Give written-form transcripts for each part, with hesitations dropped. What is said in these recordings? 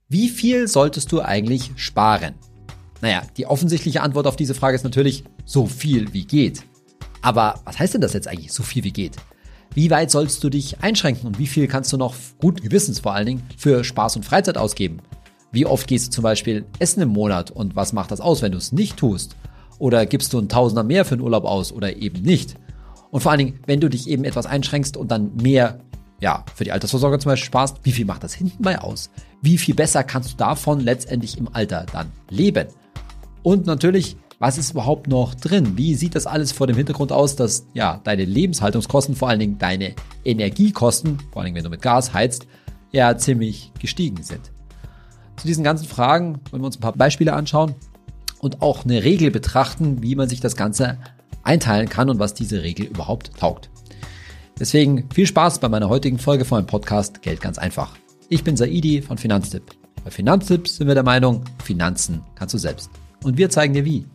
Wie viel solltest du eigentlich sparen? Naja, die offensichtliche Antwort auf diese Frage ist natürlich so viel wie geht. Aber was heißt denn das jetzt eigentlich, so viel wie geht? Wie weit sollst du dich einschränken und wie viel kannst du noch guten Gewissens vor allen Dingen für Spaß und Freizeit ausgeben? Wie oft gehst du zum Beispiel essen im Monat und was macht das aus, wenn du es nicht tust? Oder gibst du einen Tausender mehr für einen Urlaub aus oder eben nicht? Und vor allen Dingen, wenn du dich eben etwas einschränkst und dann mehr für die Altersvorsorge zum Beispiel sparst, wie viel macht das hinten bei aus? Wie viel besser kannst du davon letztendlich im Alter dann leben? Und natürlich, was ist überhaupt noch drin? Wie sieht das alles vor dem Hintergrund aus, dass deine Lebenshaltungskosten, vor allen Dingen deine Energiekosten, vor allen Dingen wenn du mit Gas heizt, ziemlich gestiegen sind? Zu diesen ganzen Fragen wollen wir uns ein paar Beispiele anschauen und auch eine Regel betrachten, wie man sich das Ganze einteilen kann und was diese Regel überhaupt taugt. Deswegen viel Spaß bei meiner heutigen Folge von meinem Podcast Geld ganz einfach. Ich bin Saidi von Finanztipp. Bei Finanztipp sind wir der Meinung, Finanzen kannst du selbst. Und wir zeigen dir wie.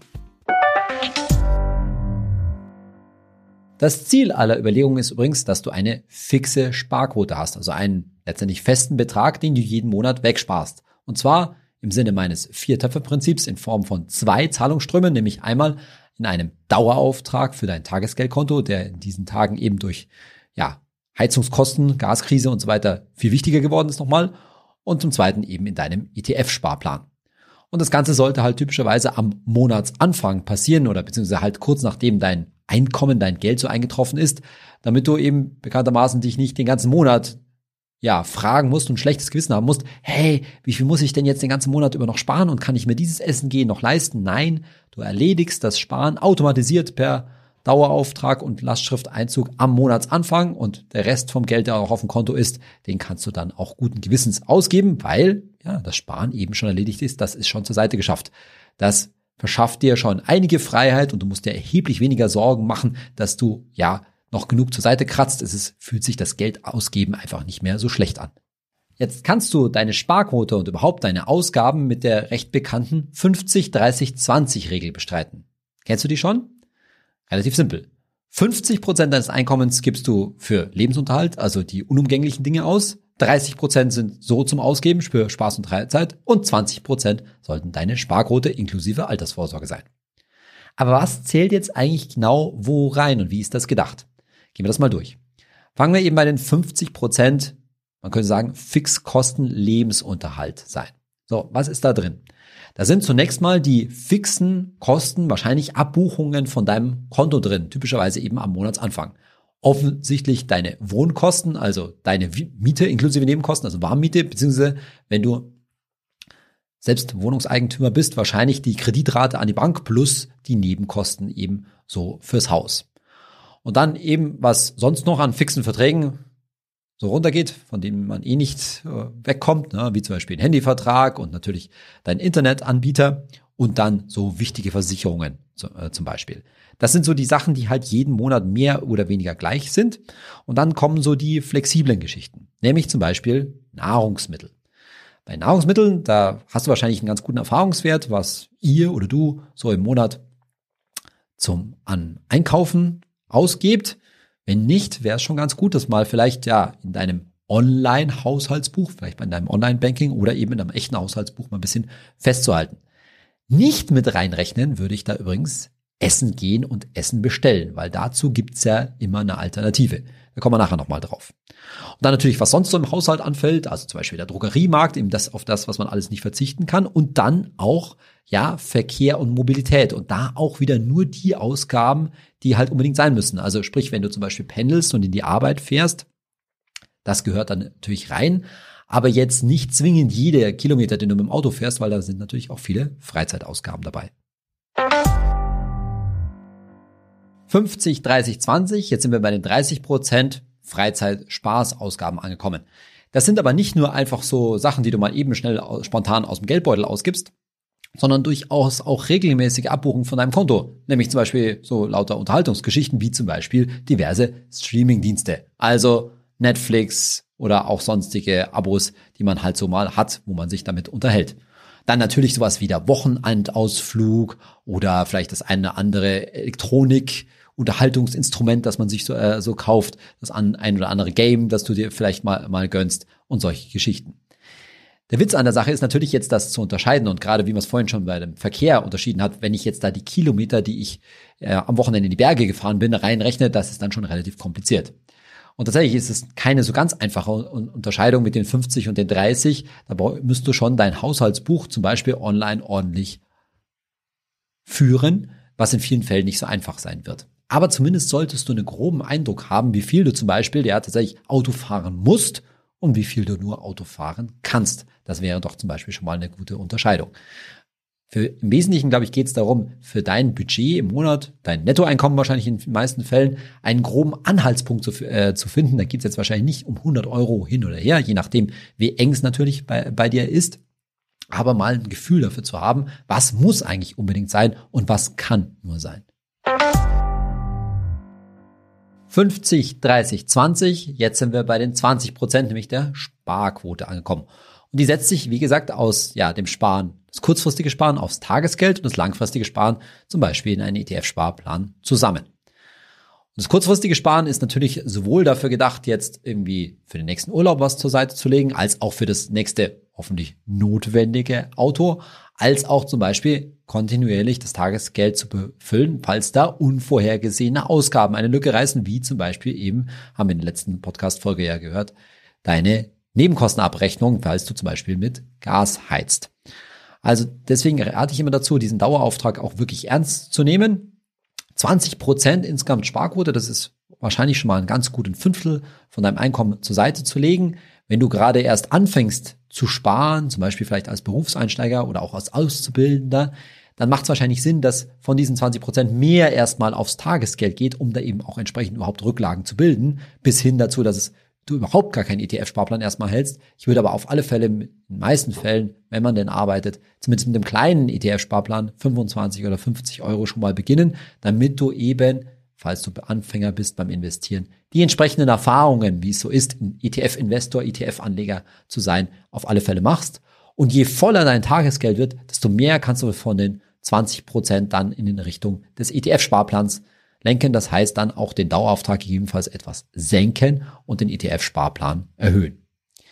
Das Ziel aller Überlegungen ist übrigens, dass du eine fixe Sparquote hast, also einen letztendlich festen Betrag, den du jeden Monat wegsparst. Und zwar im Sinne meines Viertöpfe-Prinzips in Form von 2 Zahlungsströmen, nämlich einmal in einem Dauerauftrag für dein Tagesgeldkonto, der in diesen Tagen eben durch Heizungskosten, Gaskrise und so weiter viel wichtiger geworden ist nochmal. Und zum Zweiten eben in deinem ETF-Sparplan. Und das Ganze sollte halt typischerweise am Monatsanfang passieren oder beziehungsweise halt kurz nachdem dein Einkommen, dein Geld so eingetroffen ist, damit du eben bekanntermaßen dich nicht den ganzen Monat fragen musst und ein schlechtes Gewissen haben musst, hey, wie viel muss ich denn jetzt den ganzen Monat über noch sparen und kann ich mir dieses Essen gehen noch leisten? Nein, du erledigst das Sparen automatisiert per Dauerauftrag und Lastschrifteinzug am Monatsanfang und der Rest vom Geld, der auch auf dem Konto ist, den kannst du dann auch guten Gewissens ausgeben, weil das Sparen eben schon erledigt ist, das ist schon zur Seite geschafft. Das verschafft dir schon einige Freiheit und du musst dir erheblich weniger Sorgen machen, dass du noch genug zur Seite kratzt. Fühlt sich das Geld ausgeben einfach nicht mehr so schlecht an. Jetzt kannst du deine Sparquote und überhaupt deine Ausgaben mit der recht bekannten 50-30-20-Regel bestreiten. Kennst du die schon? Relativ simpel. 50% deines Einkommens gibst du für Lebensunterhalt, also die unumgänglichen Dinge aus. 30% sind so zum Ausgeben für Spaß und Freizeit und 20% sollten deine Sparquote inklusive Altersvorsorge sein. Aber was zählt jetzt eigentlich genau wo rein und wie ist das gedacht? Gehen wir das mal durch. Fangen wir eben bei den 50%, man könnte sagen, Fixkosten Lebensunterhalt sein. So, was ist da drin? Da sind zunächst mal die fixen Kosten, wahrscheinlich Abbuchungen von deinem Konto drin, typischerweise eben am Monatsanfang. Offensichtlich deine Wohnkosten, also deine Miete inklusive Nebenkosten, also Warmmiete, beziehungsweise wenn du selbst Wohnungseigentümer bist, wahrscheinlich die Kreditrate an die Bank plus die Nebenkosten eben so fürs Haus. Und dann eben, was sonst noch an fixen Verträgen so runtergeht, von denen man nicht wegkommt, wie zum Beispiel ein Handyvertrag und natürlich dein Internetanbieter und dann so wichtige Versicherungen zum Beispiel. Das sind so die Sachen, die halt jeden Monat mehr oder weniger gleich sind. Und dann kommen so die flexiblen Geschichten, nämlich zum Beispiel Nahrungsmittel. Bei Nahrungsmitteln, da hast du wahrscheinlich einen ganz guten Erfahrungswert, was ihr oder du so im Monat an Einkaufen ausgebt. Wenn nicht, wäre es schon ganz gut, das mal vielleicht in deinem Online-Haushaltsbuch, vielleicht bei deinem Online-Banking oder eben in einem echten Haushaltsbuch mal ein bisschen festzuhalten. Nicht mit reinrechnen würde ich da übrigens essen gehen und Essen bestellen, weil dazu gibt's ja immer eine Alternative. Da kommen wir nachher nochmal drauf. Und dann natürlich, was sonst so im Haushalt anfällt, also zum Beispiel der Drogeriemarkt, eben auf das, was man alles nicht verzichten kann. Und dann auch, Verkehr und Mobilität. Und da auch wieder nur die Ausgaben, die halt unbedingt sein müssen. Also sprich, wenn du zum Beispiel pendelst und in die Arbeit fährst, das gehört dann natürlich rein. Aber jetzt nicht zwingend jeder Kilometer, den du mit dem Auto fährst, weil da sind natürlich auch viele Freizeitausgaben dabei. 50, 30, 20, jetzt sind wir bei den 30% Freizeit-Spaßausgaben angekommen. Das sind aber nicht nur einfach so Sachen, die du mal eben schnell spontan aus dem Geldbeutel ausgibst, sondern durchaus auch regelmäßige Abbuchungen von deinem Konto. Nämlich zum Beispiel so lauter Unterhaltungsgeschichten wie zum Beispiel diverse Streamingdienste. Also Netflix oder auch sonstige Abos, die man halt so mal hat, wo man sich damit unterhält. Dann natürlich sowas wie der Wochenendausflug oder vielleicht das eine oder andere Elektronik-Unterhaltungsinstrument, das man sich so kauft, das ein oder andere Game, das du dir vielleicht mal gönnst und solche Geschichten. Der Witz an der Sache ist natürlich jetzt, das zu unterscheiden und gerade wie man es vorhin schon bei dem Verkehr unterschieden hat, wenn ich jetzt da die Kilometer, die ich am Wochenende in die Berge gefahren bin, reinrechne, das ist dann schon relativ kompliziert. Und tatsächlich ist es keine so ganz einfache Unterscheidung mit den 50 und den 30. Da müsst du schon dein Haushaltsbuch zum Beispiel online ordentlich führen, was in vielen Fällen nicht so einfach sein wird. Aber zumindest solltest du einen groben Eindruck haben, wie viel du zum Beispiel tatsächlich Auto fahren musst und wie viel du nur Auto fahren kannst. Das wäre doch zum Beispiel schon mal eine gute Unterscheidung. Im Wesentlichen, glaube ich, geht es darum, für dein Budget im Monat, dein Nettoeinkommen wahrscheinlich in den meisten Fällen, einen groben Anhaltspunkt zu finden. Da geht es jetzt wahrscheinlich nicht um 100 Euro hin oder her, je nachdem, wie eng es natürlich bei dir ist. Aber mal ein Gefühl dafür zu haben, was muss eigentlich unbedingt sein und was kann nur sein. 50, 30, 20, jetzt sind wir bei den 20%, nämlich der Sparquote angekommen. Und die setzt sich, wie gesagt, aus dem Sparen, das kurzfristige Sparen aufs Tagesgeld und das langfristige Sparen zum Beispiel in einen ETF-Sparplan zusammen. Und das kurzfristige Sparen ist natürlich sowohl dafür gedacht, jetzt irgendwie für den nächsten Urlaub was zur Seite zu legen, als auch für das nächste hoffentlich notwendige Auto, als auch zum Beispiel kontinuierlich das Tagesgeld zu befüllen, falls da unvorhergesehene Ausgaben eine Lücke reißen, wie zum Beispiel eben, haben wir in der letzten Podcast-Folge ja gehört, deine Nebenkostenabrechnung, falls du zum Beispiel mit Gas heizt. Also deswegen rate ich immer dazu, diesen Dauerauftrag auch wirklich ernst zu nehmen. 20% insgesamt Sparquote, das ist wahrscheinlich schon mal ein ganz guten Fünftel von deinem Einkommen zur Seite zu legen. Wenn du gerade erst anfängst zu sparen, zum Beispiel vielleicht als Berufseinsteiger oder auch als Auszubildender, dann macht es wahrscheinlich Sinn, dass von diesen 20% mehr erstmal aufs Tagesgeld geht, um da eben auch entsprechend überhaupt Rücklagen zu bilden, bis hin dazu, dass du überhaupt gar keinen ETF-Sparplan erstmal hältst. Ich würde aber auf alle Fälle, in den meisten Fällen, wenn man denn arbeitet, zumindest mit einem kleinen ETF-Sparplan 25 oder 50 Euro schon mal beginnen, damit du eben, falls du Anfänger bist beim Investieren, die entsprechenden Erfahrungen, wie es so ist, ein ETF-Investor, ETF-Anleger zu sein, auf alle Fälle machst. Und je voller dein Tagesgeld wird, desto mehr kannst du von den 20% dann in Richtung des ETF-Sparplans lenken. Das heißt dann auch den Dauerauftrag gegebenenfalls etwas senken und den ETF-Sparplan erhöhen.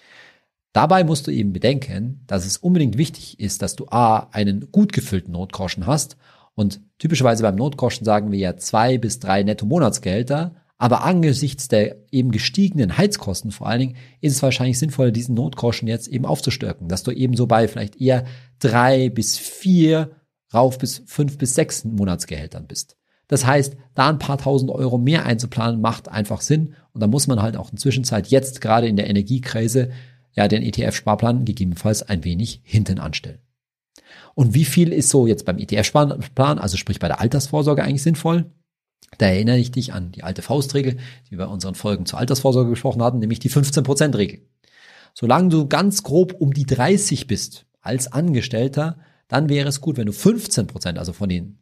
Dabei musst du eben bedenken, dass es unbedingt wichtig ist, dass du einen gut gefüllten Notgroschen hast. Und typischerweise beim Notgroschen sagen wir ja 2 bis 3 Netto-Monatsgehälter. Aber angesichts der eben gestiegenen Heizkosten vor allen Dingen ist es wahrscheinlich sinnvoll, diesen Notgroschen jetzt eben aufzustärken, dass du eben so bei vielleicht eher 3 bis 4, rauf bis 5 bis 6 Monatsgehältern bist. Das heißt, da ein paar tausend Euro mehr einzuplanen, macht einfach Sinn. Und da muss man halt auch in der Zwischenzeit jetzt gerade in der Energiekrise den ETF-Sparplan gegebenenfalls ein wenig hinten anstellen. Und wie viel ist so jetzt beim ETF-Sparplan, also sprich bei der Altersvorsorge eigentlich sinnvoll? Da erinnere ich dich an die alte Faustregel, die wir bei unseren Folgen zur Altersvorsorge besprochen hatten, nämlich die 15%-Regel. Solange du ganz grob um die 30 bist als Angestellter, dann wäre es gut, wenn du 15%, also von den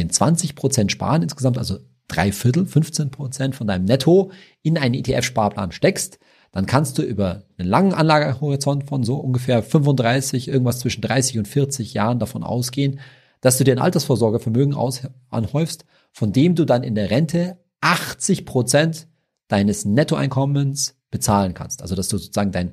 20% sparen insgesamt, also 3/4, 15% von deinem Netto in einen ETF-Sparplan steckst, dann kannst du über einen langen Anlagehorizont von so ungefähr 35, irgendwas zwischen 30 und 40 Jahren davon ausgehen, dass du dir ein Altersvorsorgevermögen anhäufst, von dem du dann in der Rente 80% deines Nettoeinkommens bezahlen kannst. Also dass du sozusagen dein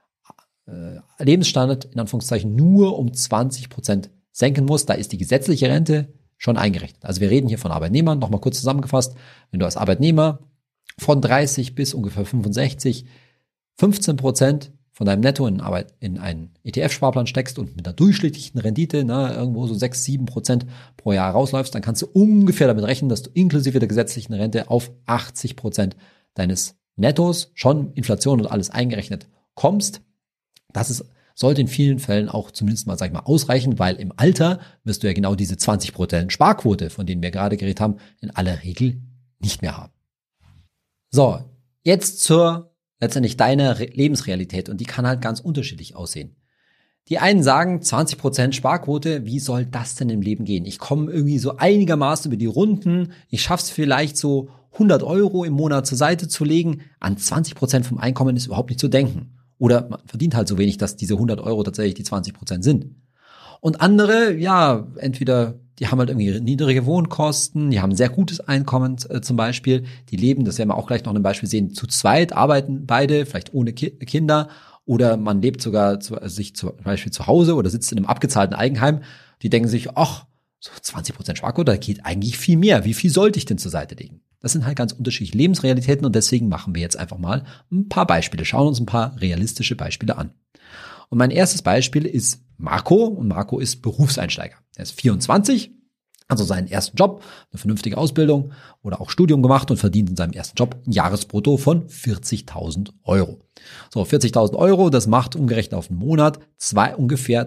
Lebensstandard in Anführungszeichen nur um 20% senken musst. Da ist die gesetzliche Rente schon eingerechnet. Also wir reden hier von Arbeitnehmern, nochmal kurz zusammengefasst, wenn du als Arbeitnehmer von 30 bis ungefähr 65 15% von deinem Netto in einen ETF-Sparplan steckst und mit einer durchschnittlichen Rendite irgendwo so 6-7% pro Jahr rausläufst, dann kannst du ungefähr damit rechnen, dass du inklusive der gesetzlichen Rente auf 80% deines Nettos, schon Inflation und alles eingerechnet, kommst. Das sollte in vielen Fällen auch zumindest mal, ausreichen, weil im Alter wirst du ja genau diese 20% Sparquote, von denen wir gerade geredet haben, in aller Regel nicht mehr haben. So, jetzt zur letztendlich deiner Lebensrealität und die kann halt ganz unterschiedlich aussehen. Die einen sagen, 20% Sparquote, wie soll das denn im Leben gehen? Ich komme irgendwie so einigermaßen über die Runden, ich schaff's vielleicht so 100 Euro im Monat zur Seite zu legen, an 20% vom Einkommen ist überhaupt nicht zu denken. Oder man verdient halt so wenig, dass diese 100 Euro tatsächlich die 20% sind. Und andere, entweder die haben halt irgendwie niedrige Wohnkosten, die haben ein sehr gutes Einkommen zum Beispiel, die leben, das werden wir auch gleich noch ein Beispiel sehen, zu zweit, arbeiten beide, vielleicht ohne Kinder oder man lebt sogar sich zum Beispiel zu Hause oder sitzt in einem abgezahlten Eigenheim, die denken sich, ach, so 20% Sparquote, da geht eigentlich viel mehr. Wie viel sollte ich denn zur Seite legen? Das sind halt ganz unterschiedliche Lebensrealitäten und deswegen machen wir jetzt einfach mal ein paar Beispiele, schauen uns ein paar realistische Beispiele an. Und mein erstes Beispiel ist Marco und Marco ist Berufseinsteiger. Er ist 24, also seinen ersten Job, eine vernünftige Ausbildung oder auch Studium gemacht und verdient in seinem ersten Job ein Jahresbrutto von 40.000 Euro. So, 40.000 Euro, das macht umgerechnet auf einen Monat ungefähr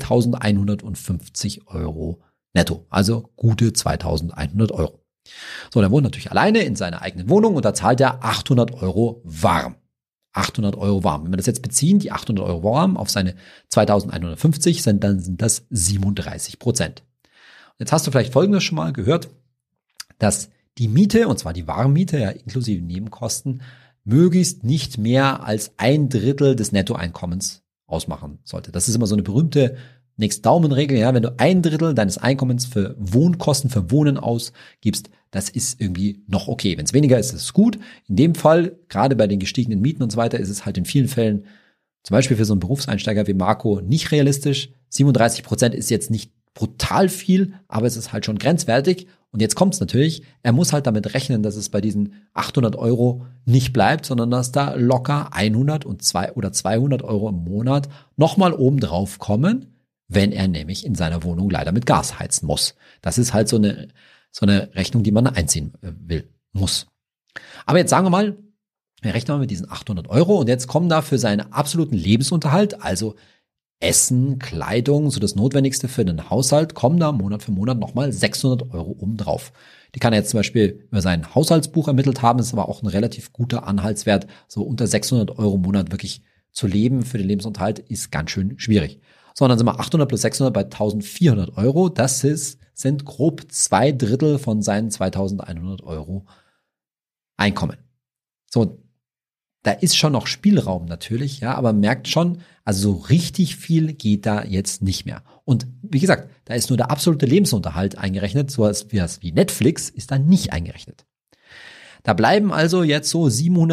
2.150 Euro netto, also gute 2.100 Euro. So, der wohnt natürlich alleine in seiner eigenen Wohnung und da zahlt er 800 Euro warm. 800 Euro warm. Wenn wir das jetzt beziehen, die 800 Euro warm auf seine 2.150 dann sind das 37%. Jetzt hast du vielleicht Folgendes schon mal gehört, dass die Miete, und zwar die Warmmiete, ja inklusive Nebenkosten, möglichst nicht mehr als 1/3 des Nettoeinkommens ausmachen sollte. Das ist immer so eine berühmte Nächst-Daumen-Regel, ja, wenn du 1/3 deines Einkommens für Wohnkosten, für Wohnen ausgibst, das ist irgendwie noch okay. Wenn es weniger ist, ist es gut. In dem Fall, gerade bei den gestiegenen Mieten und so weiter, ist es halt in vielen Fällen, zum Beispiel für so einen Berufseinsteiger wie Marco, nicht realistisch. 37% ist jetzt nicht brutal viel, aber es ist halt schon grenzwertig. Und jetzt kommt's natürlich, er muss halt damit rechnen, dass es bei diesen 800 Euro nicht bleibt, sondern dass da locker 100 und 200 Euro im Monat nochmal oben drauf kommen, wenn er nämlich in seiner Wohnung leider mit Gas heizen muss. Das ist halt so eine Rechnung, die man einziehen muss. Aber jetzt sagen wir mal, wir rechnen mal mit diesen 800 Euro und jetzt kommen da für seinen absoluten Lebensunterhalt, also Essen, Kleidung, so das Notwendigste für den Haushalt, kommen da Monat für Monat nochmal 600 Euro oben drauf. Die kann er jetzt zum Beispiel über sein Haushaltsbuch ermittelt haben, ist aber auch ein relativ guter Anhaltswert. So unter 600 Euro im Monat wirklich zu leben für den Lebensunterhalt ist ganz schön schwierig. So, und dann sind wir 800 plus 600 bei 1.400 Euro. Das sind grob 2/3 von seinen 2.100 Euro Einkommen. So, da ist schon noch Spielraum natürlich, ja, aber man merkt schon, also so richtig viel geht da jetzt nicht mehr. Und wie gesagt, da ist nur der absolute Lebensunterhalt eingerechnet, sowas wie Netflix ist da nicht eingerechnet. Da bleiben also jetzt so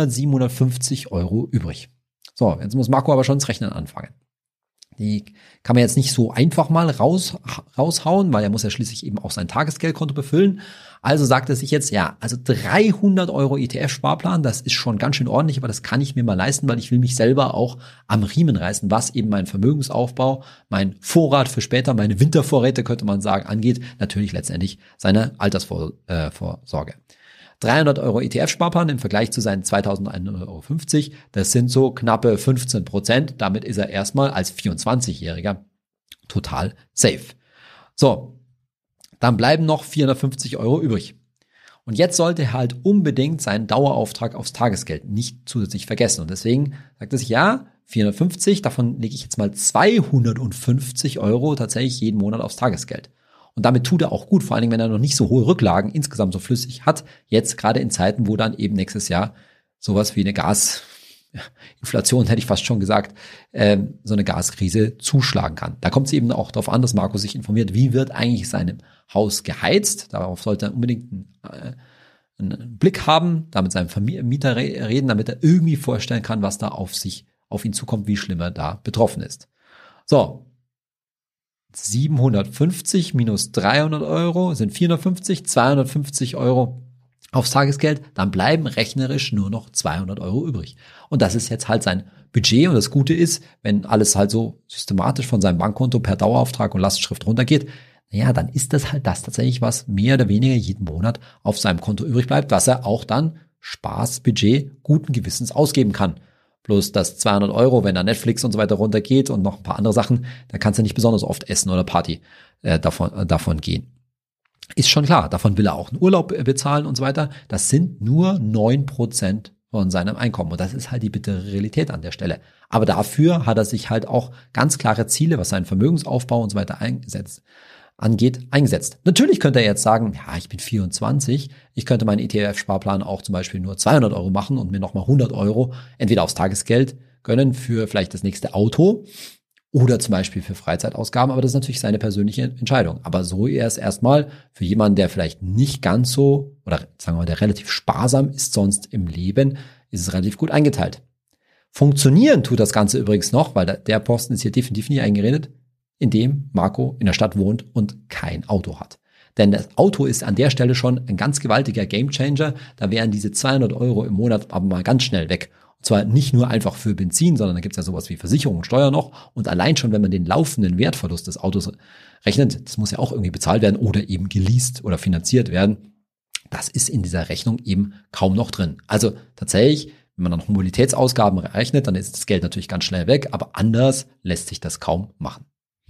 750 Euro übrig. So, jetzt muss Marco aber schon das Rechnen anfangen. Die kann man jetzt nicht so einfach mal raushauen, weil er muss ja schließlich eben auch sein Tagesgeldkonto befüllen. Also sagt er sich jetzt, ja, also 300 Euro ETF-Sparplan, das ist schon ganz schön ordentlich, aber das kann ich mir mal leisten, weil ich will mich selber auch am Riemen reißen, was eben meinen Vermögensaufbau, mein Vorrat für später, meine Wintervorräte, könnte man sagen, angeht. Natürlich letztendlich seine Altersvorsorge. 300 Euro ETF-Sparplan im Vergleich zu seinen 2.150 Euro, das sind so knappe 15%. Damit ist er erstmal als 24-Jähriger total safe. So, dann bleiben noch 450 Euro übrig. Und jetzt sollte er halt unbedingt seinen Dauerauftrag aufs Tagesgeld nicht zusätzlich vergessen. Und deswegen sagt er sich, ja, 450, davon lege ich jetzt mal 250 Euro tatsächlich jeden Monat aufs Tagesgeld. Und damit tut er auch gut, vor allen Dingen, wenn er noch nicht so hohe Rücklagen insgesamt so flüssig hat. Jetzt gerade in Zeiten, wo dann eben nächstes Jahr sowas wie eine Gasinflation, hätte ich fast schon gesagt, so eine Gaskrise zuschlagen kann. Da kommt es eben auch darauf an, dass Marco sich informiert, wie wird eigentlich seinem Haus geheizt. Darauf sollte er unbedingt einen Blick haben, da mit seinem Vermieter reden, damit er irgendwie vorstellen kann, was da auf ihn zukommt, wie schlimm er da betroffen ist. So. 750 minus 300 Euro sind 450, 250 Euro aufs Tagesgeld, dann bleiben rechnerisch nur noch 200 Euro übrig. Und das ist jetzt halt sein Budget und das Gute ist, wenn alles halt so systematisch von seinem Bankkonto per Dauerauftrag und Lastschrift runtergeht, naja, dann ist das halt das tatsächlich, was mehr oder weniger jeden Monat auf seinem Konto übrig bleibt, was er auch dann Spaßbudget guten Gewissens ausgeben kann. Bloß das 200 Euro, wenn da Netflix und so weiter runtergeht und noch ein paar andere Sachen, da kannst du nicht besonders oft essen oder Party davon gehen. Ist schon klar, davon will er auch einen Urlaub bezahlen und so weiter. Das sind nur 9% von seinem Einkommen. Und das ist halt die bittere Realität an der Stelle. Aber dafür hat er sich halt auch ganz klare Ziele, was seinen Vermögensaufbau und so weiter eingesetzt. Natürlich könnte er jetzt sagen, ja, ich bin 24, ich könnte meinen ETF-Sparplan auch zum Beispiel nur 200 Euro machen und mir nochmal 100 Euro entweder aufs Tagesgeld gönnen für vielleicht das nächste Auto oder zum Beispiel für Freizeitausgaben, aber das ist natürlich seine persönliche Entscheidung. Aber so erstmal für jemanden, der vielleicht nicht ganz so, oder sagen wir mal, der relativ sparsam ist sonst im Leben, ist es relativ gut eingeteilt. Funktionieren tut das Ganze übrigens noch, weil der Posten ist hier definitiv nicht eingeredet, indem Marco in der Stadt wohnt und kein Auto hat. Denn das Auto ist an der Stelle schon ein ganz gewaltiger Gamechanger. Da wären diese 200 € im Monat aber mal ganz schnell weg. Und zwar nicht nur einfach für Benzin, sondern da gibt's ja sowas wie Versicherung und Steuer noch. Und allein schon, wenn man den laufenden Wertverlust des Autos rechnet, das muss ja auch irgendwie bezahlt werden oder eben geleast oder finanziert werden. Das ist in dieser Rechnung eben kaum noch drin. Also tatsächlich, wenn man dann noch Mobilitätsausgaben rechnet, dann ist das Geld natürlich ganz schnell weg, aber anders lässt sich das kaum machen.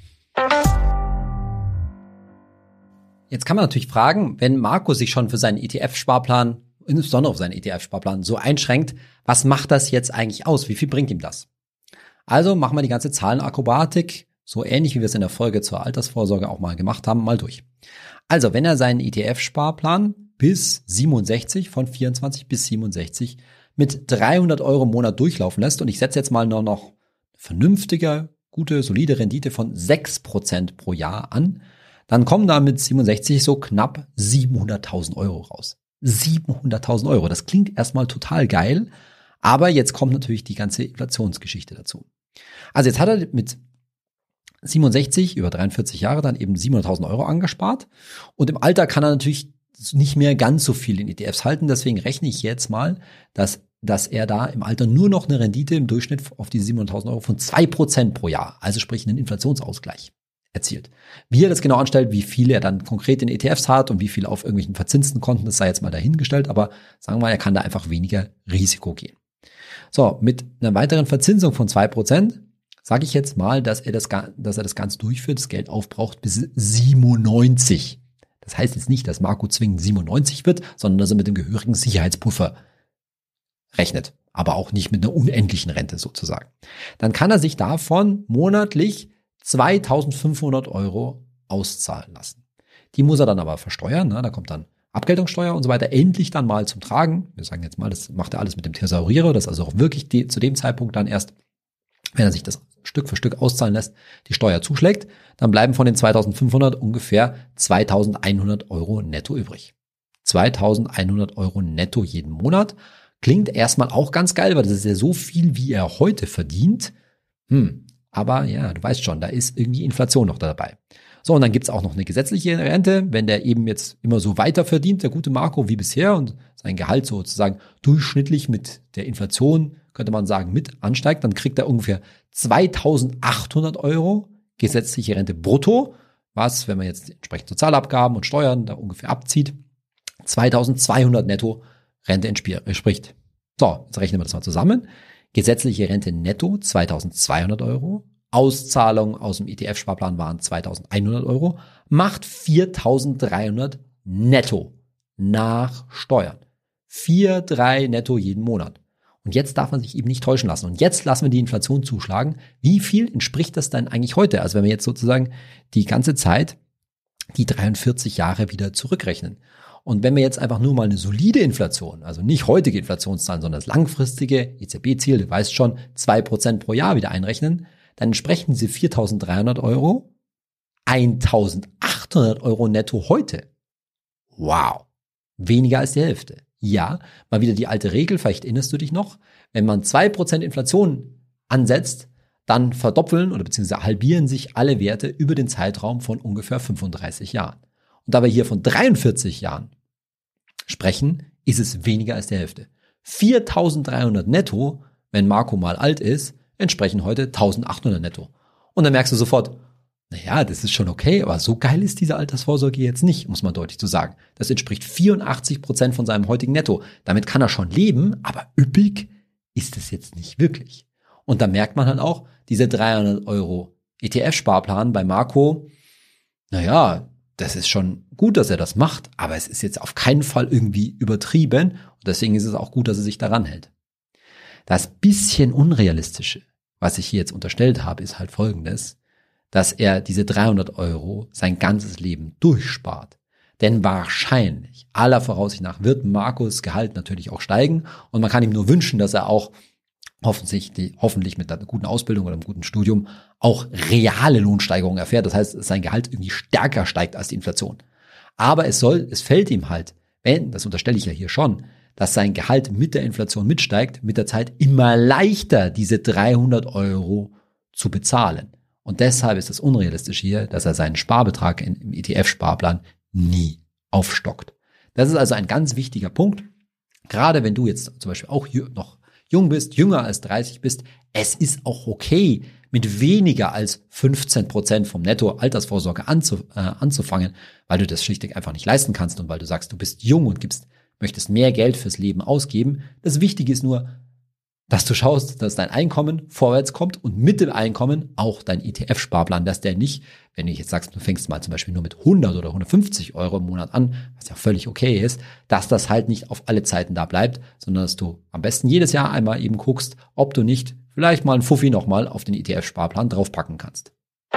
Jetzt kann man natürlich fragen, wenn Marco sich schon für seinen ETF-Sparplan, insbesondere auf seinen ETF-Sparplan, so einschränkt, was macht das jetzt eigentlich aus? Wie viel bringt ihm das? Also machen wir die ganze Zahlenakrobatik, so ähnlich wie wir es in der Folge zur Altersvorsorge auch mal gemacht haben, mal durch. Also wenn er seinen ETF-Sparplan bis 67, von 24 bis 67, mit 300 € im Monat durchlaufen lässt, und ich setze jetzt mal nur noch vernünftige, gute, solide Rendite von 6% pro Jahr an, dann kommen da mit 67 so knapp 700.000 € raus. 700.000 €. Das klingt erstmal total geil, aber jetzt kommt natürlich die ganze Inflationsgeschichte dazu. Also jetzt hat er mit 67 über 43 Jahre dann eben 700.000 € angespart und im Alter kann er natürlich nicht mehr ganz so viel in ETFs halten. Deswegen rechne ich jetzt mal, dass er da im Alter nur noch eine Rendite im Durchschnitt auf diese 700.000 € von 2% pro Jahr, also sprich einen Inflationsausgleich, erzielt. Wie er das genau anstellt, wie viel er dann konkret in ETFs hat und wie viel auf irgendwelchen verzinsten Konten, das sei jetzt mal dahingestellt, aber sagen wir mal, er kann da einfach weniger Risiko gehen. So, mit einer weiteren Verzinsung von 2%, sage ich jetzt mal, dass er das Ganze durchführt, das Geld aufbraucht bis 97. Das heißt jetzt nicht, dass Marco zwingend 97 wird, sondern dass er mit dem gehörigen Sicherheitspuffer rechnet, aber auch nicht mit einer unendlichen Rente sozusagen. Dann kann er sich davon monatlich 2.500 € auszahlen lassen. Die muss er dann aber versteuern, da kommt dann Abgeltungssteuer und so weiter endlich dann mal zum Tragen. Wir sagen jetzt mal, das macht er alles mit dem Thesaurierer, das ist also auch wirklich zu dem Zeitpunkt dann erst, wenn er sich das Stück für Stück auszahlen lässt, die Steuer zuschlägt, dann bleiben von den 2.500 ungefähr 2.100 € netto übrig. 2.100 € netto jeden Monat. Klingt erstmal auch ganz geil, weil das ist ja so viel, wie er heute verdient. Aber ja, du weißt schon, da ist irgendwie Inflation noch dabei. So, und dann gibt's auch noch eine gesetzliche Rente, wenn der eben jetzt immer so weiter verdient, der gute Marco, wie bisher, und sein Gehalt sozusagen durchschnittlich mit der Inflation, könnte man sagen, mit ansteigt, dann kriegt er ungefähr 2.800 € gesetzliche Rente brutto, was, wenn man jetzt entsprechend Sozialabgaben und Steuern da ungefähr abzieht, 2.200 netto Rente entspricht. So, jetzt rechnen wir das mal zusammen. Gesetzliche Rente netto 2.200 €. Auszahlung aus dem ETF-Sparplan waren 2.100 €. Macht 4.300 netto nach Steuern. 4,3 netto jeden Monat. Und jetzt darf man sich eben nicht täuschen lassen. Und jetzt lassen wir die Inflation zuschlagen. Wie viel entspricht das dann eigentlich heute? Also wenn wir jetzt sozusagen die ganze Zeit, die 43 Jahre wieder zurückrechnen. Und wenn wir jetzt einfach nur mal eine solide Inflation, also nicht heutige Inflationszahlen, sondern das langfristige EZB-Ziel, du weißt schon, 2% pro Jahr wieder einrechnen, dann entsprechen diese 4.300 € 1.800 € netto heute. Wow. Weniger als die Hälfte. Ja, mal wieder die alte Regel, vielleicht erinnerst du dich noch, wenn man 2% Inflation ansetzt, dann verdoppeln oder beziehungsweise halbieren sich alle Werte über den Zeitraum von ungefähr 35 Jahren. Und da wir hier von 43 Jahren sprechen, ist es weniger als die Hälfte. 4.300 netto, wenn Marco mal alt ist, entsprechen heute 1.800 netto. Und dann merkst du sofort, naja, das ist schon okay, aber so geil ist diese Altersvorsorge jetzt nicht, muss man deutlich zu sagen. Das entspricht 84% von seinem heutigen Netto. Damit kann er schon leben, aber üppig ist es jetzt nicht wirklich. Und da merkt man halt auch, diese 300 € ETF-Sparplan bei Marco, naja, das ist schon gut, dass er das macht, aber es ist jetzt auf keinen Fall irgendwie übertrieben und deswegen ist es auch gut, dass er sich daran hält. Das bisschen Unrealistische, was ich hier jetzt unterstellt habe, ist halt Folgendes, dass er diese 300 € sein ganzes Leben durchspart. Denn wahrscheinlich, aller Voraussicht nach, wird Marcos Gehalt natürlich auch steigen und man kann ihm nur wünschen, dass er auch hoffentlich mit einer guten Ausbildung oder einem guten Studium auch reale Lohnsteigerungen erfährt. Das heißt, dass sein Gehalt irgendwie stärker steigt als die Inflation. Aber es fällt ihm halt, das unterstelle ich ja hier schon, dass sein Gehalt mit der Inflation mitsteigt, mit der Zeit immer leichter diese 300 Euro zu bezahlen. Und deshalb ist es unrealistisch hier, dass er seinen Sparbetrag im ETF-Sparplan nie aufstockt. Das ist also ein ganz wichtiger Punkt. Gerade wenn du jetzt zum Beispiel auch noch jung bist, jünger als 30 bist, es ist auch okay, mit weniger als 15% vom Netto-Altersvorsorge anzufangen, weil du das schlichtweg einfach nicht leisten kannst und weil du sagst, du bist jung und möchtest mehr Geld fürs Leben ausgeben. Das Wichtige ist nur, dass du schaust, dass dein Einkommen vorwärts kommt und mit dem Einkommen auch dein ETF-Sparplan, dass der nicht, wenn du jetzt sagst, du fängst mal zum Beispiel nur mit 100 oder 150 Euro im Monat an, was ja völlig okay ist, dass das halt nicht auf alle Zeiten da bleibt, sondern dass du am besten jedes Jahr einmal eben guckst, ob du nicht vielleicht mal einen Fuffi nochmal auf den ETF-Sparplan draufpacken kannst.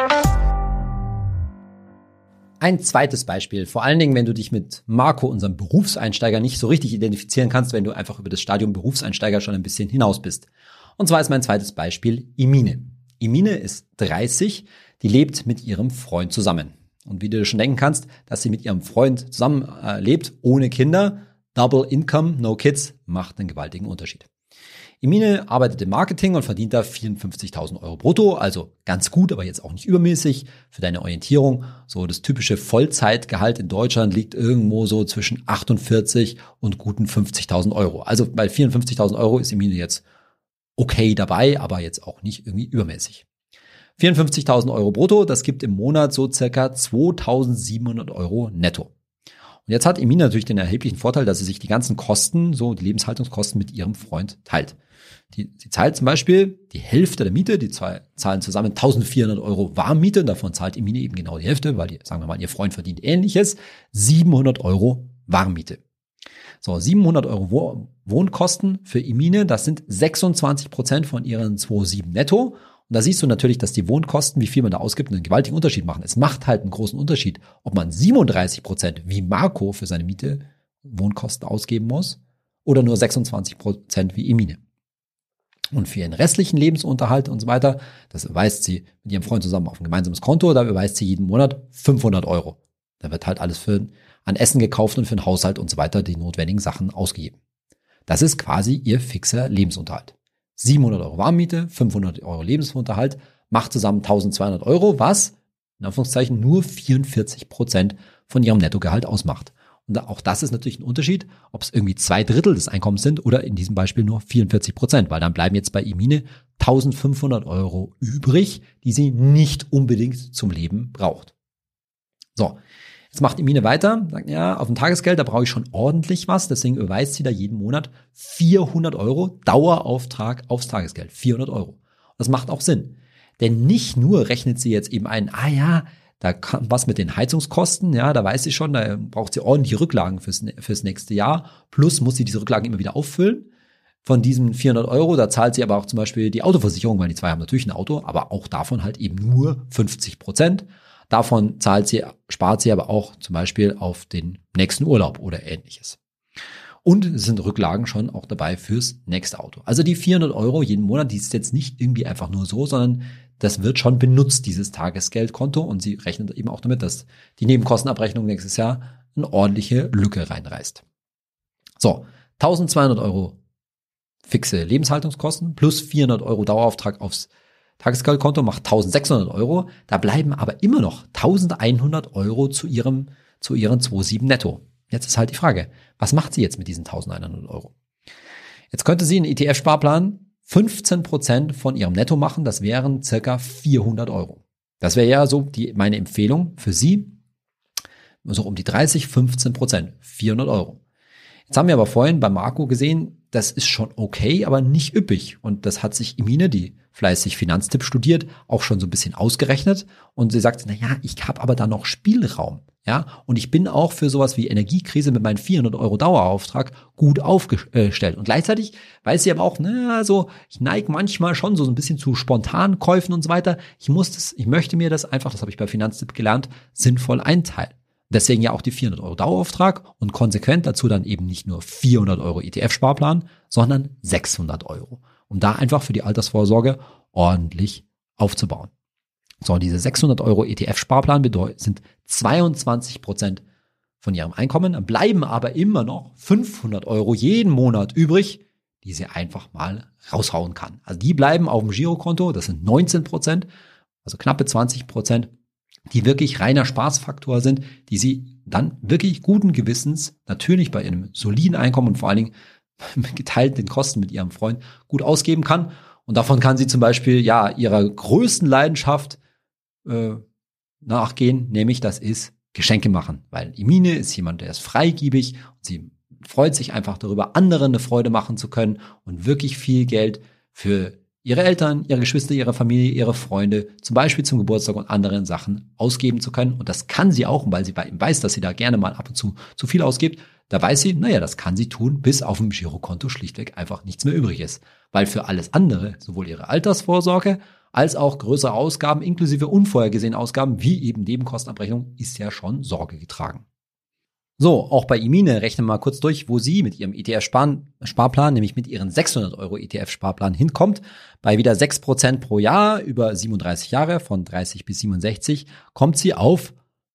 Ein zweites Beispiel, vor allen Dingen, wenn du dich mit Marco, unserem Berufseinsteiger, nicht so richtig identifizieren kannst, wenn du einfach über das Stadium Berufseinsteiger schon ein bisschen hinaus bist. Und zwar ist mein zweites Beispiel Emine. Emine ist 30, die lebt mit ihrem Freund zusammen. Und wie du dir schon denken kannst, dass sie mit ihrem Freund zusammen lebt, ohne Kinder, Double Income, no Kids, macht einen gewaltigen Unterschied. Emine arbeitet im Marketing und verdient da 54.000 Euro brutto, also ganz gut, aber jetzt auch nicht übermäßig. Für deine Orientierung, so das typische Vollzeitgehalt in Deutschland liegt irgendwo so zwischen 48 und guten 50.000 Euro. Also bei 54.000 Euro ist Emine jetzt okay dabei, aber jetzt auch nicht irgendwie übermäßig. 54.000 Euro brutto, das gibt im Monat so circa 2.700 Euro netto. Und jetzt hat Emine natürlich den erheblichen Vorteil, dass sie sich die ganzen Kosten, so die Lebenshaltungskosten mit ihrem Freund teilt. Sie zahlt zum Beispiel die Hälfte der Miete, die zahlen zusammen 1.400 Euro Warmmiete, und davon zahlt Emine eben genau die Hälfte, weil sagen wir mal, ihr Freund verdient Ähnliches, 700 Euro Warmmiete. So, 700 Euro Wohnkosten für Emine, das sind 26% von ihren 2,7 netto. Und da siehst du natürlich, dass die Wohnkosten, wie viel man da ausgibt, einen gewaltigen Unterschied machen. Es macht halt einen großen Unterschied, ob man 37% wie Marco für seine Miete Wohnkosten ausgeben muss oder nur 26% wie Emine. Und für ihren restlichen Lebensunterhalt und so weiter, das überweist sie mit ihrem Freund zusammen auf ein gemeinsames Konto, da überweist sie jeden Monat 500 Euro. Da wird halt alles an Essen gekauft und für den Haushalt und so weiter die notwendigen Sachen ausgegeben. Das ist quasi ihr fixer Lebensunterhalt. 700 Euro Warmmiete, 500 Euro Lebensunterhalt, macht zusammen 1.200 Euro, was in Anführungszeichen nur 44% von ihrem Nettogehalt ausmacht. Und auch das ist natürlich ein Unterschied, ob es irgendwie 2/3 des Einkommens sind oder in diesem Beispiel nur 44%, weil dann bleiben jetzt bei Emine 1.500 Euro übrig, die sie nicht unbedingt zum Leben braucht. So, jetzt macht Emine weiter, sagt, ja, auf dem Tagesgeld, da brauche ich schon ordentlich was, deswegen überweist sie da jeden Monat 400 Euro Dauerauftrag aufs Tagesgeld, 400 Euro. Das macht auch Sinn, denn nicht nur rechnet sie jetzt eben ein, da kann was mit den Heizungskosten, ja, da weiß sie schon, da braucht sie ordentliche Rücklagen fürs nächste Jahr, plus muss sie diese Rücklagen immer wieder auffüllen. Von diesen 400 Euro, da zahlt sie aber auch zum Beispiel die Autoversicherung, weil die zwei haben natürlich ein Auto, aber auch davon halt eben nur 50%. Davon spart sie aber auch zum Beispiel auf den nächsten Urlaub oder Ähnliches. Und es sind Rücklagen schon auch dabei fürs nächste Auto. Also die 400 Euro jeden Monat, die ist jetzt nicht irgendwie einfach nur so, sondern das wird schon benutzt, dieses Tagesgeldkonto. Und sie rechnet eben auch damit, dass die Nebenkostenabrechnung nächstes Jahr eine ordentliche Lücke reinreißt. So, 1.200 Euro fixe Lebenshaltungskosten plus 400 Euro Dauerauftrag aufs Tagesgeldkonto macht 1.600 Euro. Da bleiben aber immer noch 1.100 Euro zu ihren 2,7 netto. Jetzt ist halt die Frage, was macht sie jetzt mit diesen 1.100 Euro? Jetzt könnte sie einen ETF-Sparplan 15% von ihrem Netto machen, das wären circa 400 Euro. Das wäre ja so meine Empfehlung für sie, so um die 15%, 400 Euro. Jetzt haben wir aber vorhin bei Marco gesehen, das ist schon okay, aber nicht üppig. Und das hat sich Emine, die fleißig Finanztipp studiert, auch schon so ein bisschen ausgerechnet. Und sie sagt, ich habe aber da noch Spielraum. Ja, und ich bin auch für sowas wie Energiekrise mit meinem 400 Euro Dauerauftrag gut aufgestellt. Und gleichzeitig weiß sie aber auch, ich neige manchmal schon so ein bisschen zu spontanen Käufen und so weiter. Ich möchte mir das einfach, das habe ich bei Finanztipp gelernt, sinnvoll einteilen. Deswegen ja auch die 400 Euro Dauerauftrag und konsequent dazu dann eben nicht nur 400 Euro ETF-Sparplan, sondern 600 Euro, um da einfach für die Altersvorsorge ordentlich aufzubauen. So, diese 600 Euro ETF-Sparplan sind 22% von ihrem Einkommen, bleiben aber immer noch 500 Euro jeden Monat übrig, die sie einfach mal raushauen kann. Also die bleiben auf dem Girokonto, das sind 19%, also knappe 20%, die wirklich reiner Spaßfaktor sind, die sie dann wirklich guten Gewissens natürlich bei ihrem soliden Einkommen und vor allen Dingen mit geteilten Kosten mit ihrem Freund gut ausgeben kann. Und davon kann sie zum Beispiel ja ihrer größten Leidenschaft nachgehen, nämlich das ist Geschenke machen. Weil Emine ist jemand, der ist freigebig und sie freut sich einfach darüber, anderen eine Freude machen zu können und wirklich viel Geld für ihre Eltern, ihre Geschwister, ihre Familie, ihre Freunde, zum Beispiel zum Geburtstag und anderen Sachen ausgeben zu können. Und das kann sie auch, weil sie bei ihm weiß, dass sie da gerne mal ab und zu viel ausgibt. Da weiß sie, naja, das kann sie tun, bis auf dem Girokonto schlichtweg einfach nichts mehr übrig ist. Weil für alles andere, sowohl ihre Altersvorsorge als auch größere Ausgaben, inklusive unvorhergesehene Ausgaben, wie eben Nebenkostenabrechnung, ist ja schon Sorge getragen. So, auch bei Emine rechnen wir mal kurz durch, wo sie mit ihrem ETF-Sparplan, nämlich mit ihren 600 Euro ETF-Sparplan hinkommt. Bei wieder 6% pro Jahr über 37 Jahre, von 30 bis 67, kommt sie auf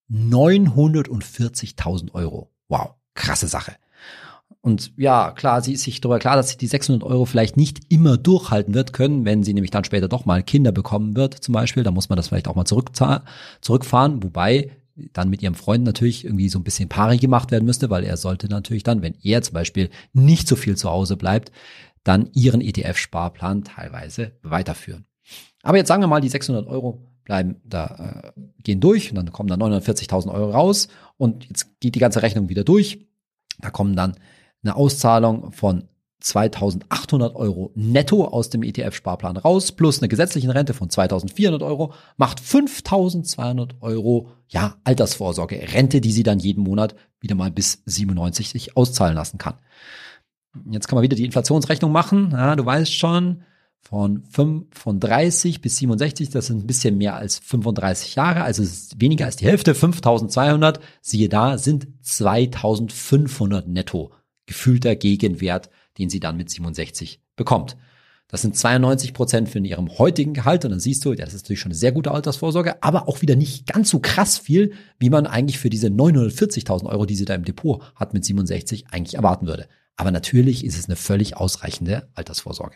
940.000 Euro. Wow, krasse Sache. Und ja, klar, sie ist sich darüber klar, dass sie die 600 Euro vielleicht nicht immer durchhalten wird können, wenn sie nämlich dann später doch mal Kinder bekommen wird, zum Beispiel. Da muss man das vielleicht auch mal zurückfahren, wobei dann mit ihrem Freund natürlich irgendwie so ein bisschen pari gemacht werden müsste, weil er sollte natürlich dann, wenn er zum Beispiel nicht so viel zu Hause bleibt, dann ihren ETF-Sparplan teilweise weiterführen. Aber jetzt sagen wir mal, die 600 Euro gehen durch und dann kommen da 940.000 Euro raus und jetzt geht die ganze Rechnung wieder durch. Da kommen dann eine Auszahlung von 2.800 Euro netto aus dem ETF-Sparplan raus, plus eine gesetzliche Rente von 2.400 Euro, macht 5.200 Euro, ja, Altersvorsorge, Rente, die sie dann jeden Monat wieder mal bis 97 sich auszahlen lassen kann. Jetzt kann man wieder die Inflationsrechnung machen, ja, du weißt schon, von 30 bis 67, das sind ein bisschen mehr als 35 Jahre, also es ist weniger als die Hälfte, 5.200, siehe da, sind 2.500 netto gefühlter Gegenwert, den sie dann mit 67 bekommt. Das sind 92% für ihrem heutigen Gehalt und dann siehst du, ja, das ist natürlich schon eine sehr gute Altersvorsorge, aber auch wieder nicht ganz so krass viel, wie man eigentlich für diese 940.000 Euro, die sie da im Depot hat mit 67, eigentlich erwarten würde. Aber natürlich ist es eine völlig ausreichende Altersvorsorge.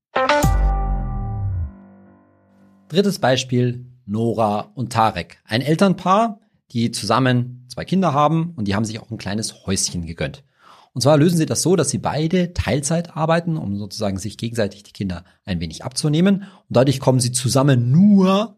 Drittes Beispiel, Nora und Tarek. Ein Elternpaar, die zusammen 2 Kinder haben und die haben sich auch ein kleines Häuschen gegönnt. Und zwar lösen sie das so, dass sie beide Teilzeit arbeiten, um sozusagen sich gegenseitig die Kinder ein wenig abzunehmen. Und dadurch kommen sie zusammen nur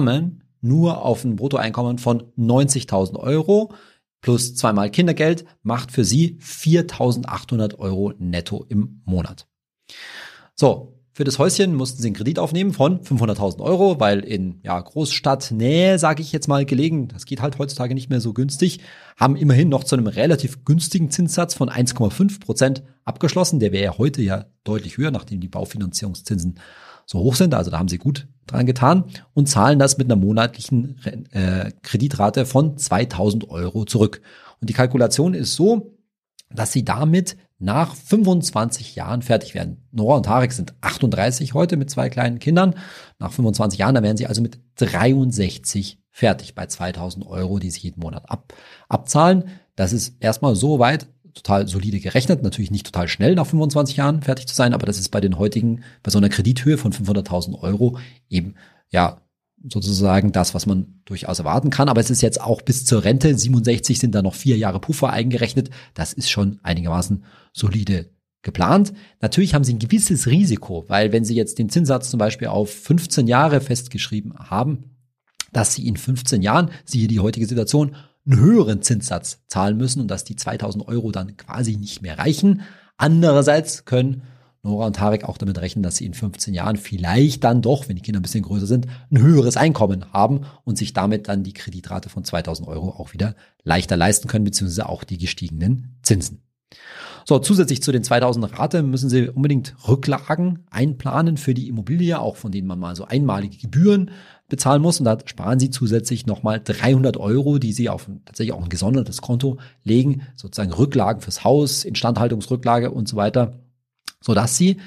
auf ein Bruttoeinkommen von 90.000 Euro plus 2-mal Kindergeld, macht für sie 4.800 Euro netto im Monat. So, für das Häuschen mussten sie einen Kredit aufnehmen von 500.000 Euro, weil in Großstadtnähe, sage ich jetzt mal, gelegen, das geht halt heutzutage nicht mehr so günstig, haben immerhin noch zu einem relativ günstigen Zinssatz von 1,5% abgeschlossen. Der wäre ja heute ja deutlich höher, nachdem die Baufinanzierungszinsen so hoch sind. Also da haben sie gut dran getan und zahlen das mit einer monatlichen Kreditrate von 2.000 Euro zurück. Und die Kalkulation ist so, dass sie damit nach 25 Jahren fertig werden. Nora und Tarek sind 38 heute mit 2 kleinen Kindern. Nach 25 Jahren, da werden sie also mit 63 fertig bei 2.000 Euro, die sie jeden Monat abzahlen. Das ist erstmal so weit total solide gerechnet. Natürlich nicht total schnell nach 25 Jahren fertig zu sein, aber das ist bei so einer Kredithöhe von 500.000 Euro eben, ja, sozusagen das, was man durchaus erwarten kann. Aber es ist jetzt auch bis zur Rente, 67 sind da noch 4 Jahre Puffer eingerechnet. Das ist schon einigermaßen solide geplant. Natürlich haben sie ein gewisses Risiko, weil wenn sie jetzt den Zinssatz zum Beispiel auf 15 Jahre festgeschrieben haben, dass sie in 15 Jahren, siehe die heutige Situation, einen höheren Zinssatz zahlen müssen und dass die 2.000 Euro dann quasi nicht mehr reichen. Andererseits können Nora und Tarek auch damit rechnen, dass sie in 15 Jahren vielleicht dann doch, wenn die Kinder ein bisschen größer sind, ein höheres Einkommen haben und sich damit dann die Kreditrate von 2.000 Euro auch wieder leichter leisten können, beziehungsweise auch die gestiegenen Zinsen. So, zusätzlich zu den 2.000 Rate müssen Sie unbedingt Rücklagen einplanen für die Immobilie, auch von denen man mal so einmalige Gebühren bezahlen muss. Und da sparen Sie zusätzlich nochmal 300 Euro, die Sie auf tatsächlich auch ein gesondertes Konto legen, sozusagen Rücklagen fürs Haus, Instandhaltungsrücklage und so weiter. sodass Sie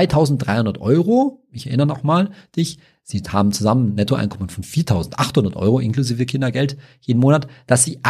2.300 Euro, ich erinnere nochmal dich, Sie haben zusammen ein Nettoeinkommen von 4.800 Euro inklusive Kindergeld jeden Monat, dass Sie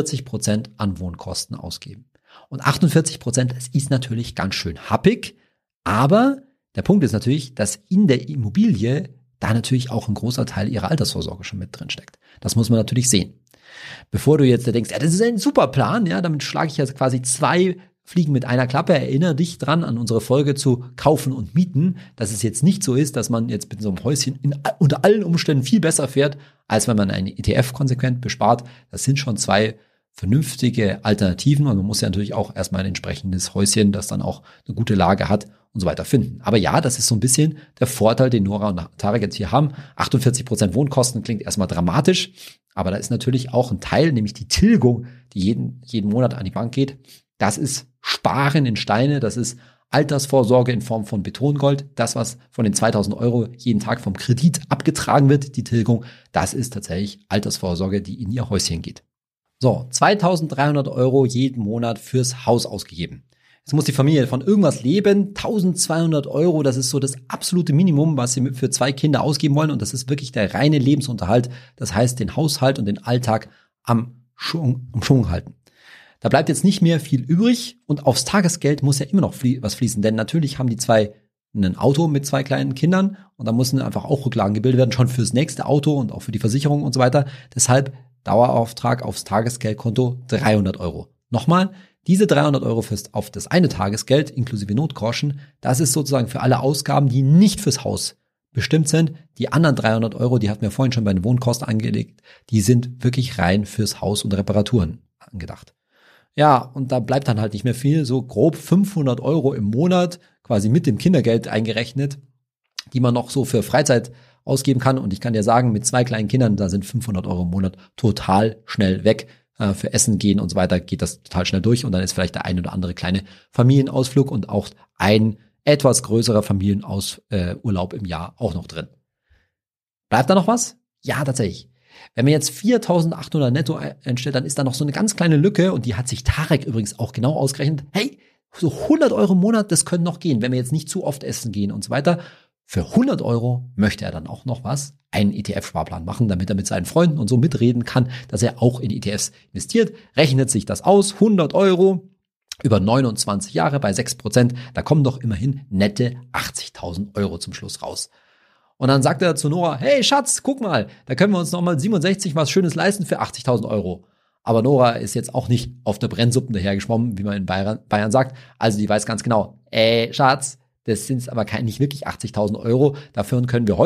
48% an Wohnkosten ausgeben. Und 48%, das ist natürlich ganz schön happig, aber der Punkt ist natürlich, dass in der Immobilie da natürlich auch ein großer Teil Ihrer Altersvorsorge schon mit drin steckt. Das muss man natürlich sehen. Bevor du jetzt denkst, ja, das ist ein super Plan, ja, damit schlage ich ja quasi 2 Fliegen mit einer Klappe. Erinnere dich dran an unsere Folge zu Kaufen und Mieten, dass es jetzt nicht so ist, dass man jetzt mit so einem Häuschen unter allen Umständen viel besser fährt, als wenn man einen ETF konsequent bespart. Das sind schon 2 vernünftige Alternativen und man muss ja natürlich auch erstmal ein entsprechendes Häuschen, das dann auch eine gute Lage hat und so weiter finden. Aber ja, das ist so ein bisschen der Vorteil, den Nora und Tarek jetzt hier haben. 48% Wohnkosten klingt erstmal dramatisch, aber da ist natürlich auch ein Teil, nämlich die Tilgung, die jeden Monat an die Bank geht. Das ist Sparen in Steine, das ist Altersvorsorge in Form von Betongold. Das, was von den 2.000 Euro jeden Tag vom Kredit abgetragen wird, die Tilgung, das ist tatsächlich Altersvorsorge, die in ihr Häuschen geht. So, 2.300 Euro jeden Monat fürs Haus ausgegeben. Jetzt muss die Familie von irgendwas leben. 1.200 Euro, das ist so das absolute Minimum, was sie für 2 Kinder ausgeben wollen. Und das ist wirklich der reine Lebensunterhalt. Das heißt, den Haushalt und den Alltag am Schwung halten. Da bleibt jetzt nicht mehr viel übrig. Und aufs Tagesgeld muss ja immer noch was fließen. Denn natürlich haben die 2 ein Auto mit 2 kleinen Kindern. Und da müssen einfach auch Rücklagen gebildet werden, schon fürs nächste Auto und auch für die Versicherung und so weiter. Deshalb Dauerauftrag aufs Tagesgeldkonto 300 Euro. Nochmal, diese 300 Euro auf das eine Tagesgeld inklusive Notgroschen, das ist sozusagen für alle Ausgaben, die nicht fürs Haus bestimmt sind. Die anderen 300 Euro, die hatten wir vorhin schon bei den Wohnkosten angelegt, die sind wirklich rein fürs Haus und Reparaturen angedacht. Ja, und da bleibt dann halt nicht mehr viel, so grob 500 Euro im Monat, quasi mit dem Kindergeld eingerechnet, die man noch so für Freizeit ausgeben kann. Und ich kann dir sagen, mit 2 kleinen Kindern, da sind 500 Euro im Monat total schnell weg. Für Essen gehen und so weiter geht das total schnell durch. Und dann ist vielleicht der ein oder andere kleine Familienausflug und auch ein etwas größerer Familienurlaub im Jahr auch noch drin. Bleibt da noch was? Ja, tatsächlich. Wenn man jetzt 4.800 netto einstellt, dann ist da noch so eine ganz kleine Lücke und die hat sich Tarek übrigens auch genau ausgerechnet. Hey, so 100 Euro im Monat, das können noch gehen, wenn wir jetzt nicht zu oft essen gehen und so weiter. Für 100 Euro möchte er dann auch noch einen ETF-Sparplan machen, damit er mit seinen Freunden und so mitreden kann, dass er auch in ETFs investiert. Rechnet sich das aus, 100 Euro über 29 Jahre bei 6%, da kommen doch immerhin nette 80.000 Euro zum Schluss raus. Und dann sagt er zu Nora, hey Schatz, guck mal, da können wir uns nochmal 67 was Schönes leisten für 80.000 Euro. Aber Nora ist jetzt auch nicht auf der Brennsuppen dahergeschwommen, wie man in Bayern sagt. Also die weiß ganz genau, Schatz, das sind aber nicht wirklich 80.000 Euro. Davon können wir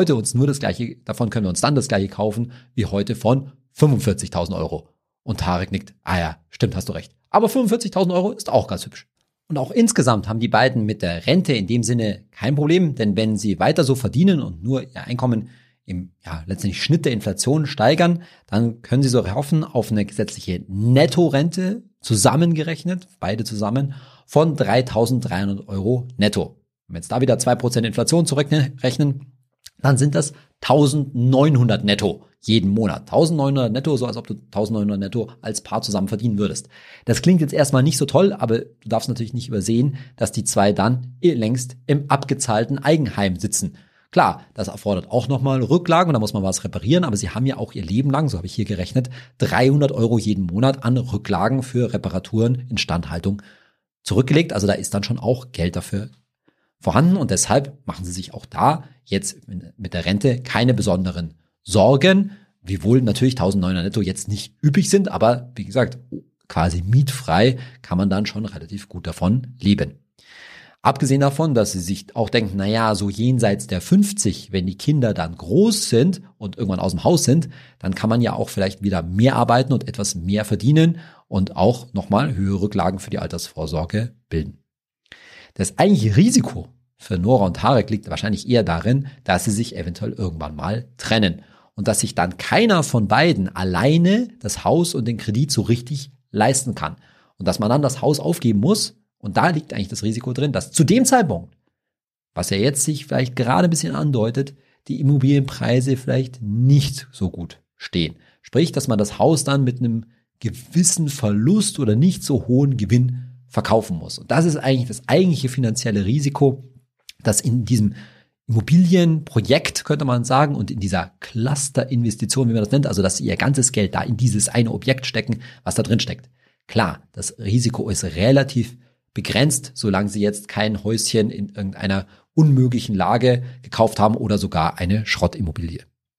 dann das gleiche kaufen wie heute von 45.000 Euro. Und Tarek nickt, ja, stimmt, hast du recht. Aber 45.000 Euro ist auch ganz hübsch. Und auch insgesamt haben die beiden mit der Rente in dem Sinne kein Problem, denn wenn sie weiter so verdienen und nur ihr Einkommen im letztendlich Schnitt der Inflation steigern, dann können sie so hoffen auf eine gesetzliche Nettorente, zusammengerechnet, beide zusammen, von 3.300 Euro netto. Wenn wir jetzt da wieder 2% Inflation zurückrechnen, dann sind das 1.900 netto jeden Monat. 1.900 netto, so als ob du 1.900 netto als Paar zusammen verdienen würdest. Das klingt jetzt erstmal nicht so toll, aber du darfst natürlich nicht übersehen, dass die 2 dann längst im abgezahlten Eigenheim sitzen. Klar, das erfordert auch nochmal Rücklagen und da muss man was reparieren, aber sie haben ja auch ihr Leben lang, so habe ich hier gerechnet, 300 Euro jeden Monat an Rücklagen für Reparaturen, Instandhaltung zurückgelegt. Also da ist dann schon auch Geld dafür vorhanden und deshalb machen sie sich auch da jetzt mit der Rente keine besonderen Sorgen, wiewohl natürlich 1.900 netto jetzt nicht üppig sind, aber wie gesagt, quasi mietfrei kann man dann schon relativ gut davon leben. Abgesehen davon, dass sie sich auch denken, so jenseits der 50, wenn die Kinder dann groß sind und irgendwann aus dem Haus sind, dann kann man ja auch vielleicht wieder mehr arbeiten und etwas mehr verdienen und auch nochmal höhere Rücklagen für die Altersvorsorge bilden. Das eigentliche Risiko für Nora und Tarek liegt wahrscheinlich eher darin, dass sie sich eventuell irgendwann mal trennen und dass sich dann keiner von beiden alleine das Haus und den Kredit so richtig leisten kann und dass man dann das Haus aufgeben muss. Und da liegt eigentlich das Risiko drin, dass zu dem Zeitpunkt, was ja jetzt sich vielleicht gerade ein bisschen andeutet, die Immobilienpreise vielleicht nicht so gut stehen. Sprich, dass man das Haus dann mit einem gewissen Verlust oder nicht so hohen Gewinn verkaufen muss. Und das ist eigentlich das eigentliche finanzielle Risiko, das in diesem Immobilienprojekt, könnte man sagen, und in dieser Cluster-Investition, wie man das nennt, also dass sie ihr ganzes Geld da in dieses eine Objekt stecken, was da drin steckt. Klar, das Risiko ist relativ begrenzt, solange sie jetzt kein Häuschen in irgendeiner unmöglichen Lage gekauft haben oder sogar eine Schrottimmobilie.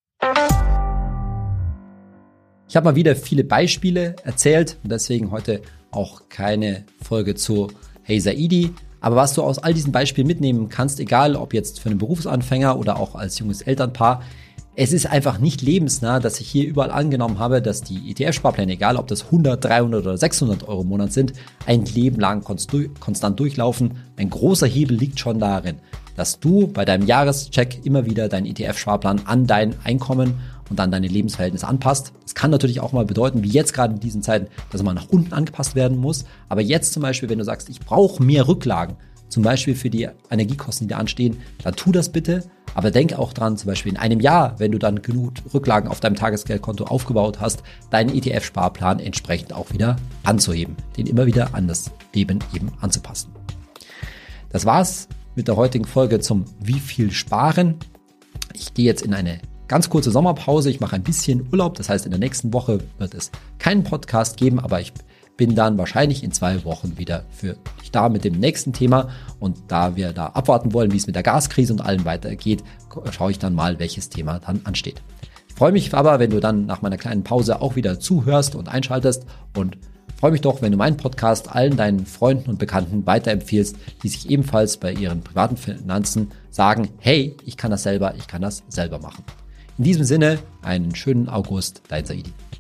Ich habe mal wieder viele Beispiele erzählt und deswegen heute auch keine Folge zu Hey Saidi. Aber was du aus all diesen Beispielen mitnehmen kannst, egal ob jetzt für einen Berufsanfänger oder auch als junges Elternpaar, es ist einfach nicht lebensnah, dass ich hier überall angenommen habe, dass die ETF-Sparpläne, egal ob das 100, 300 oder 600 Euro im Monat sind, ein Leben lang konstant durchlaufen. Ein großer Hebel liegt schon darin, dass du bei deinem Jahrescheck immer wieder deinen ETF-Sparplan an dein Einkommen und an deine Lebensverhältnisse anpasst. Das kann natürlich auch mal bedeuten, wie jetzt gerade in diesen Zeiten, dass man nach unten angepasst werden muss. Aber jetzt zum Beispiel, wenn du sagst, ich brauche mehr Rücklagen, zum Beispiel für die Energiekosten, die da anstehen, dann tu das bitte. Aber denk auch dran, zum Beispiel in einem Jahr, wenn du dann genug Rücklagen auf deinem Tagesgeldkonto aufgebaut hast, deinen ETF-Sparplan entsprechend auch wieder anzuheben, den immer wieder an das Leben eben anzupassen. Das war's mit der heutigen Folge zum Wie viel sparen. Ich gehe jetzt in eine ganz kurze Sommerpause. Ich mache ein bisschen Urlaub. Das heißt, in der nächsten Woche wird es keinen Podcast geben, aber ich bin dann wahrscheinlich in 2 Wochen wieder für dich da mit dem nächsten Thema. Und da wir da abwarten wollen, wie es mit der Gaskrise und allem weitergeht, schaue ich dann mal, welches Thema dann ansteht. Ich freue mich aber, wenn du dann nach meiner kleinen Pause auch wieder zuhörst und einschaltest und freue mich doch, wenn du meinen Podcast allen deinen Freunden und Bekannten weiterempfiehlst, die sich ebenfalls bei ihren privaten Finanzen sagen, hey, ich kann das selber machen. In diesem Sinne, einen schönen August, dein Saidi.